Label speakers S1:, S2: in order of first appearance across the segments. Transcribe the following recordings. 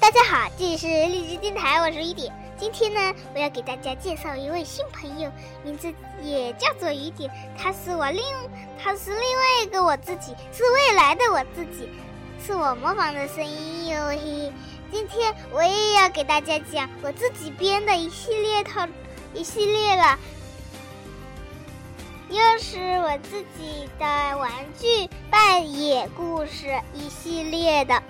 S1: 大家好，这里是荔枝电台，我是雨点。今天呢，我要给大家介绍一位新朋友，名字也叫做雨点。他是另外一个我自己，是未来的我自己，是我模仿的声音哟嘿嘿。今天我也要给大家讲我自己编的一系列了，又是我自己的玩具扮演故事一系列的。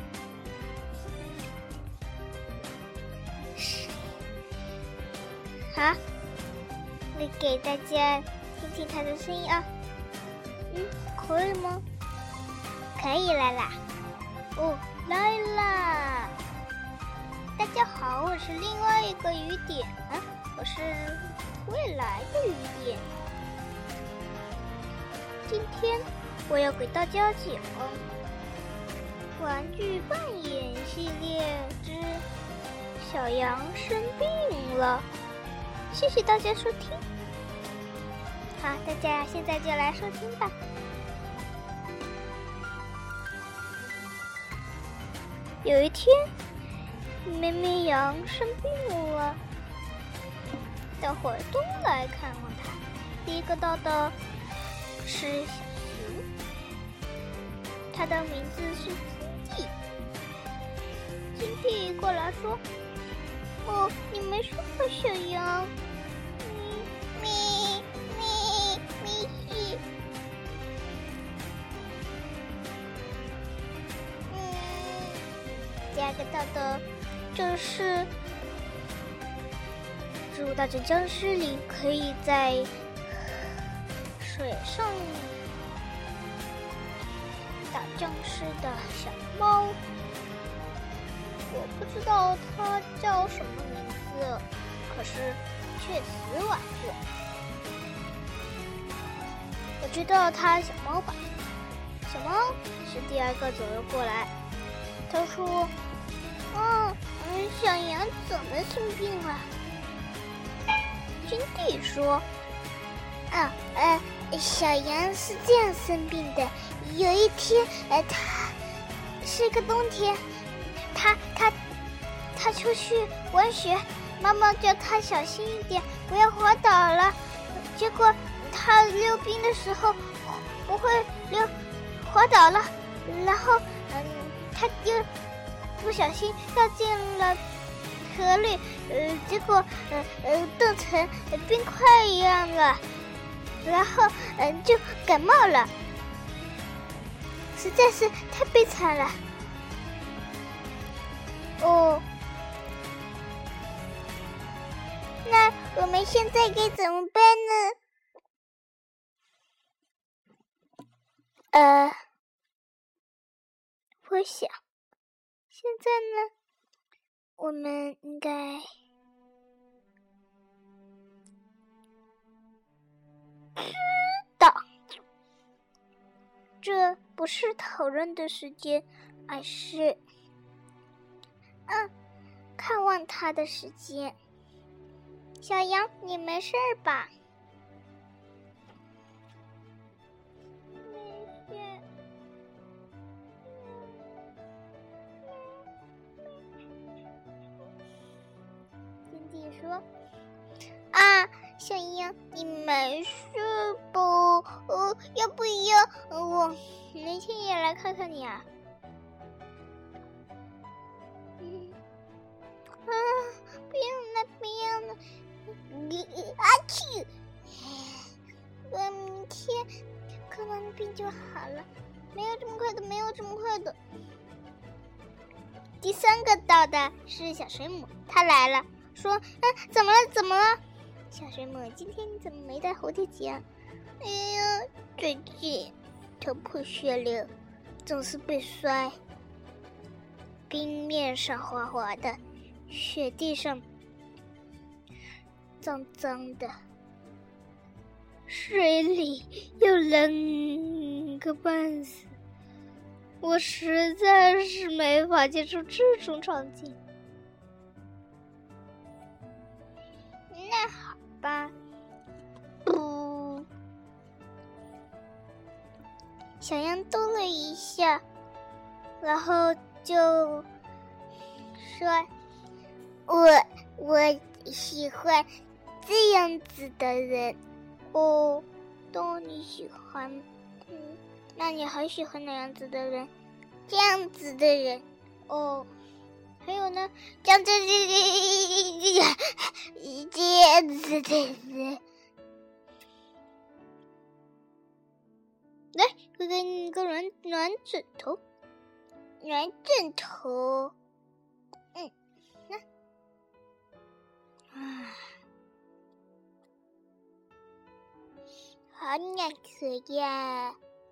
S1: 好，我给大家听听他的声音啊。可以吗？可以了啦。哦，来啦！大家好，我是另外一个雨点，我是未来的雨点。今天我要给大家讲玩具扮演系列之小羊生病了。谢谢大家收听。好，大家现在就来收听吧。有一天，绵绵羊生病了，大伙儿都来看望他。第一个到的是小熊，他的名字是金地。金地过来说：“哦，你没事吧，小羊？咪西。第二个到的就是植物大战僵尸里可以在水上打僵尸的小猫。我不知道它叫什么名字，可是确实玩过。我知道它小猫吧。小猫是第二个走了过来，他说：“小羊怎么生病了？”金地说：“小羊是这样生病的。有一天，它是个冬天。”他出去玩雪，妈妈叫他小心一点，不要滑倒了。结果他溜冰的时候不会滑倒了，然后他就不小心掉进了河里，结果冻成冰块一样了，然后就感冒了，实在是太悲惨了。哦，那我们现在该怎么办呢？我想现在呢，我们应该知道，这不是讨论的时间，而是看望他的时间。小羊，你没事吧？没事。金地说：“小羊，你没事吧？要不要我明天也来看看你啊？”不要了，我明天看完病就好了，没有这么快的。第三个到的是小水母，他来了，说：“怎么了？小水母，今天你怎么没带蝴蝶结啊？”最近头破血流，总是被摔，冰面上滑滑的，雪地上脏脏的，水里又冷个半死，我实在是没法接受这种场景。那好吧，小羊抖了一下，然后就说：“我喜欢这样子的人。”哦，都你喜欢，那你还喜欢哪样子的人？这样子的人。哦，还有呢，这样子的人。来，我给你一个软枕头，软枕头。好暖和呀！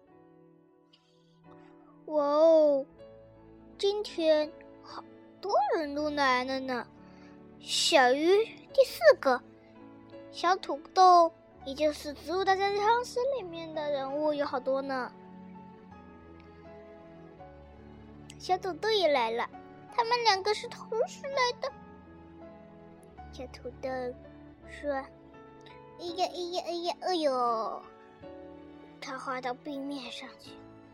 S1: 哇哦，今天好多人都来了呢。小鱼第4个，小土豆，也就是《植物大战僵尸》里面的人物有好多呢。小土豆也来了，他们2个是同时来的。小土豆说：“哎呦！”他滑到冰面上去。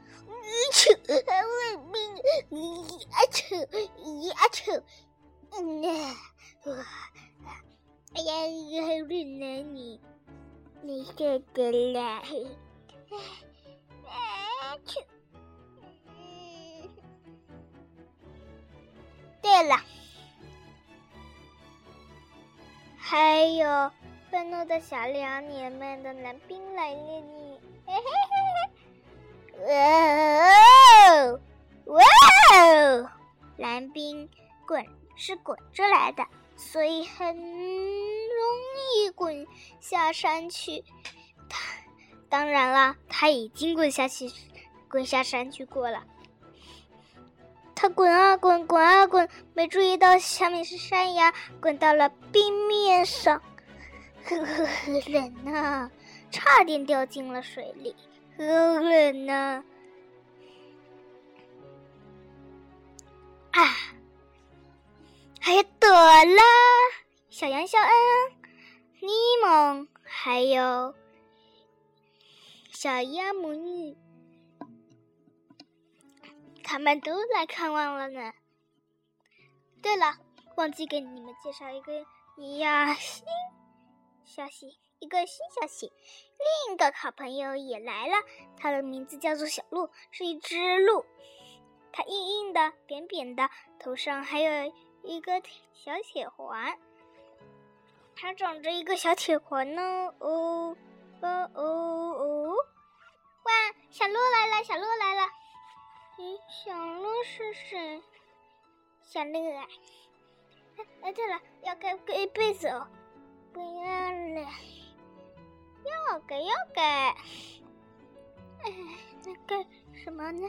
S1: 哎呀，好冷啊你受得了？对了，还有愤怒的小2年们的蓝冰来了你。哇哦！蓝冰是滚着来的，所以很容易滚下山去。当然了，他已经滚下山去过了。他滚啊滚，滚啊滚，没注意到下面是山崖，滚到了冰面上。冷啊，差点掉进了水里。好冷啊！还有朵拉、小羊、小恩、尼蒙，还有小鸭母女，他们都来看望了呢。对了，忘记给你们介绍一个新消息。另一个好朋友也来了，他的名字叫做小鹿，是一只鹿。它硬硬的，扁扁的，头上还有一个小铁环。它长着一个小铁环呢。哇，小鹿来了！小鹿是谁？小鹿啊！对了，要盖被子哦。不要了，要盖。那盖什么呢？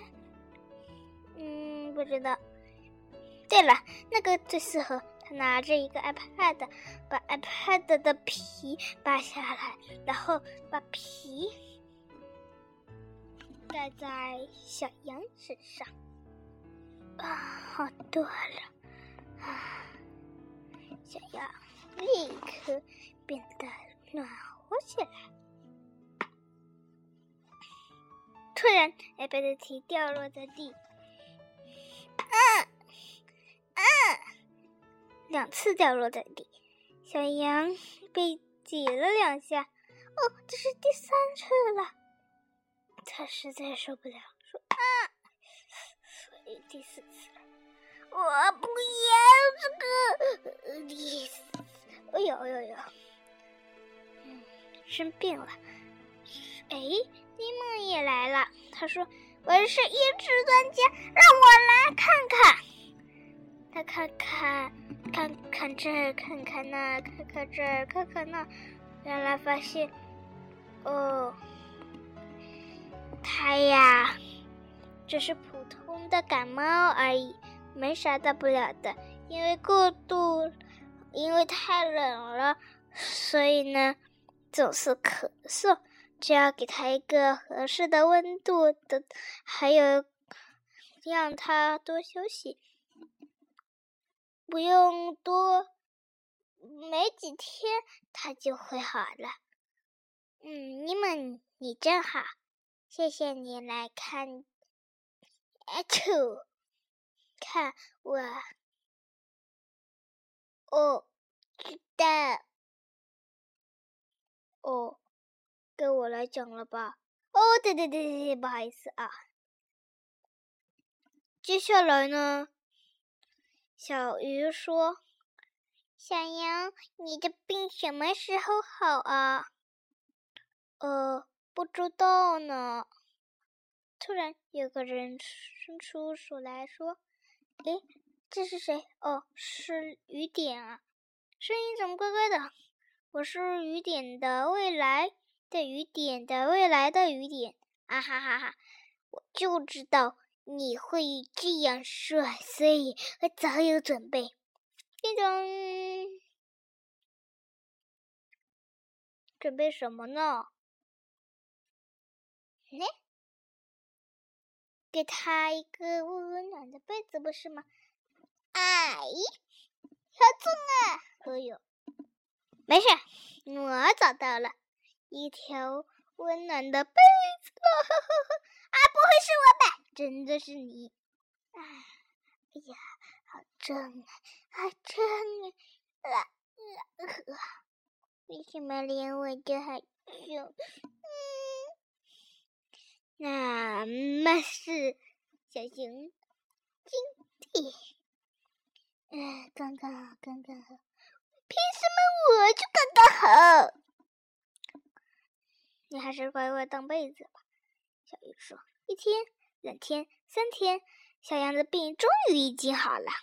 S1: 不知道。对了，那个最适合。他拿着一个 iPad， 把 iPad 的皮扒下来，然后把皮盖在小羊身上。好多了。小羊立刻变得暖和起来。突然 iPad 的皮掉落在地。2次掉落在地，小羊被挤了2下。这是第3次了。他实在受不了，说所以第4次了。我不要这个！哎呦！生病了。尼蒙也来了。他说：“我是医治专家，让我来看看。”他看这儿，看看那，看看这儿，看看那，原来发现，他呀，只是普通的感冒而已，没啥大不了的。因为太冷了，所以呢，总是咳嗽。只要给他一个合适的温度的，还有让他多休息。不用多，没几天他就会好了。尼蒙，你真好，谢谢你来看我。 哦，知道。哦，该我来讲了吧？哦，对，不好意思啊。接下来呢，小鱼说：“小羊，你的病什么时候好啊？”不知道呢。突然有个人伸出手来说：“诶，这是谁？哦，是雨点啊！声音怎么怪怪的？我是雨点的未来的雨点的未来的雨点啊哈哈哈！我就知道你会这样说，所以我早有准备。叮咚，准备什么呢？给他一个温暖的被子，不是吗？哎，好重啊！哎呦，没事，我找到了一条温暖的被子了。啊，不会是我吧？真的是你！哎呀，好重啊，好重啊！为什么连我都好重？那么是小熊金地。刚刚好，凭什么我就刚刚好？你还是乖乖当被子吧。小鱼说：“1天、2天、3天，小羊的病终于已经好了。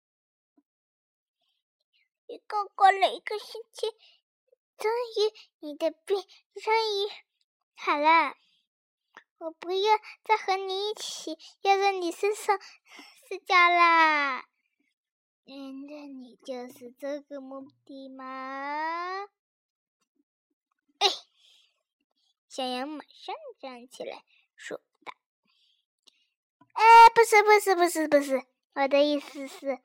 S1: 一个过了1个星期，终于你的病终于好了。我不要再和你一起要在你身上睡觉啦。那你就是这个目的吗？”哎，小羊马上站起来说道：“不是，我的意思是，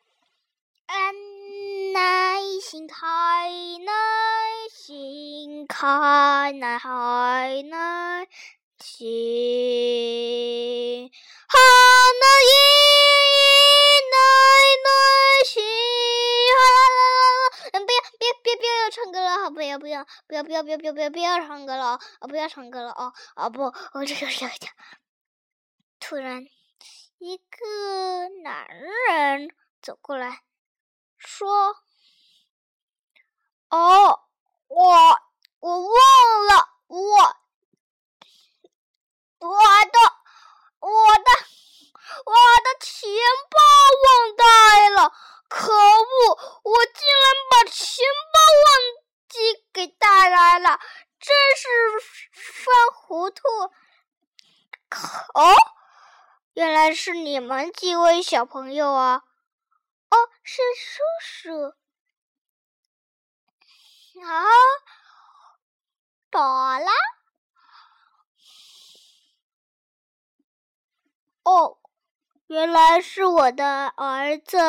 S1: 耐心开，耐心开，耐心，好耐心，不要唱歌了，好，不要唱歌了，不要唱歌了哦，不，我这个。突然，一个男人走过来，说：“哦，我忘了，我的钱包忘带了，可恶！我竟然把钱包忘记给带来了，真是犯糊涂！哦，原来是你们几位小朋友啊！哦，是叔叔啊，朵拉。哦，原来是我的儿子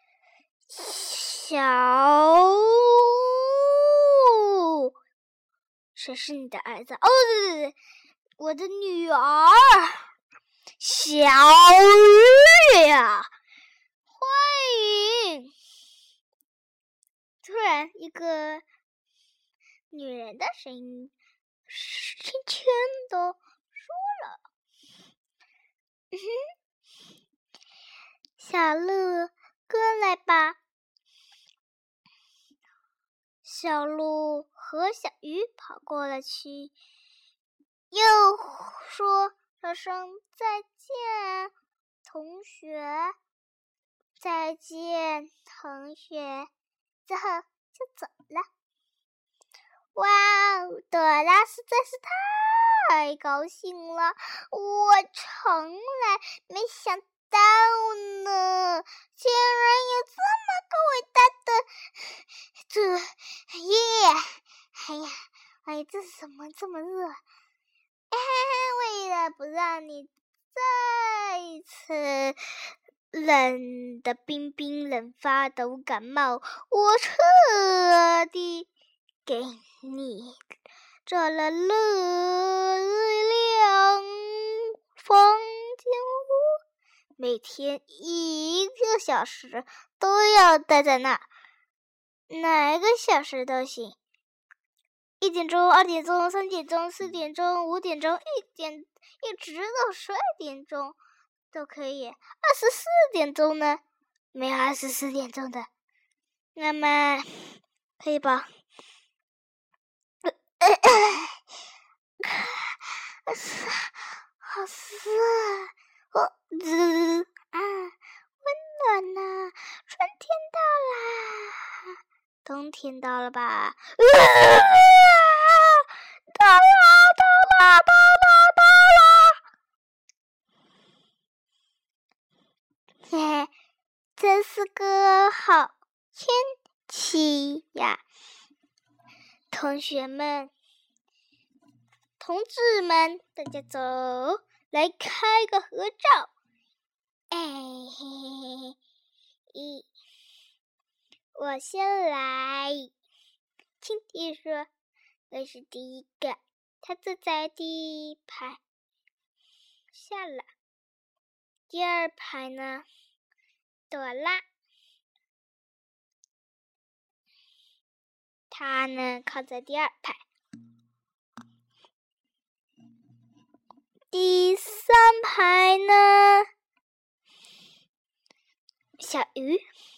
S1: 谁是你的儿子？哦，对，我的女儿小玉呀，欢迎！突然，一个女人的声音轻轻地说了：“小鹿，过来吧。”小鹿和小鱼跑过了去，又说了声再见，同学。再见，同学。之后就走了。哇，朵拉实在是太高兴了，我从来没想到呢，竟然有这么个伟大的哎呀，这是什么这么热？为了不让你再一次冷的冰冷发抖感冒，我彻底给你做了热量房间屋，每天1个小时都要待在那儿。 哪个小时都行，1点钟、2点钟、3点钟、4点钟、5点钟，一直到12点钟都可以。24点钟呢？没有24点钟的。那么可以吧？好湿啊！温暖呢。春天到啦，冬天到了吧？到了！嘿嘿，这是个好天气呀！同学们、同志们，大家走，来开个合照。嘿嘿嘿，我先来。亲弟说：“我是第一个。”他坐在第1排下了。第2排呢？朵拉，她呢靠在第2排。第3排呢？小鱼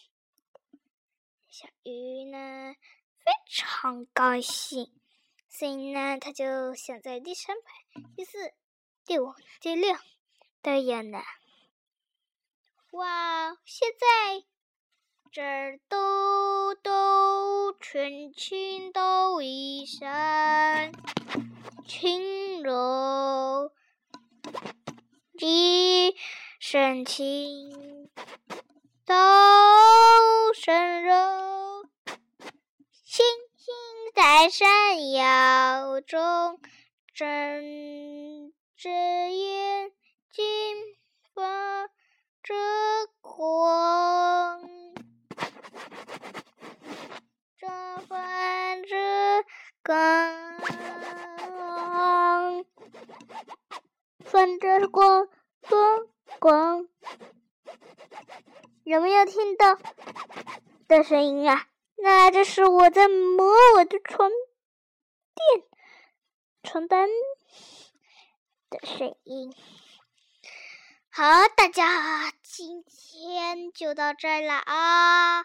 S1: 呢非常高兴，所以呢他就想在第3排、第4、第5、第6都有呢。哇，现在这儿兜圈圈兜一声，轻柔一声轻，兜声柔，星星在闪耀中睁着眼睛发着光，召唤着光，泛着光。有没有听到的声音啊？那这是我在磨我的床单的声音。好，大家今天就到这儿了啊！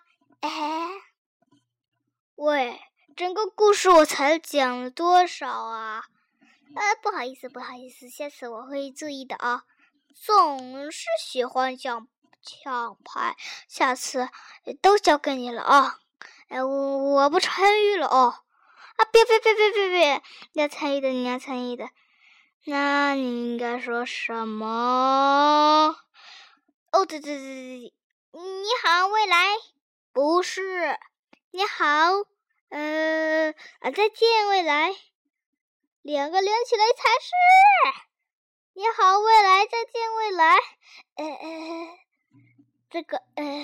S1: 喂，整个故事我才讲了多少啊？不好意思，下次我会注意的啊。总是喜欢抢牌，下次都交给你了啊！我不参与了哦。别，你要参与的。那你应该说什么？哦，对，你好，未来。不是，你好，再见，未来。2个连起来才是。你好，未来，再见，未来。这个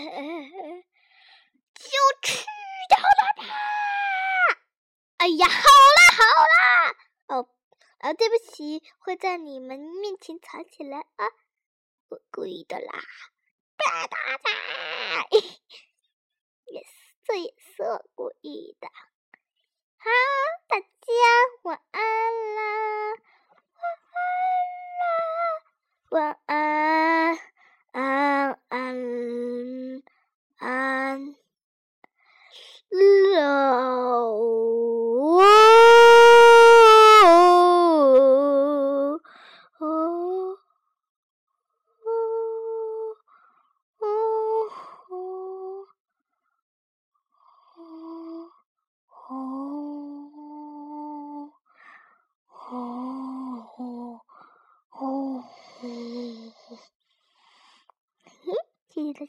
S1: 就去掉了吧。哎呀，好啦。对不起，会在你们面前藏起来啊，我故意的啦。别打他！Yes， 这也是我故意的。好，大家晚安啦，晚安。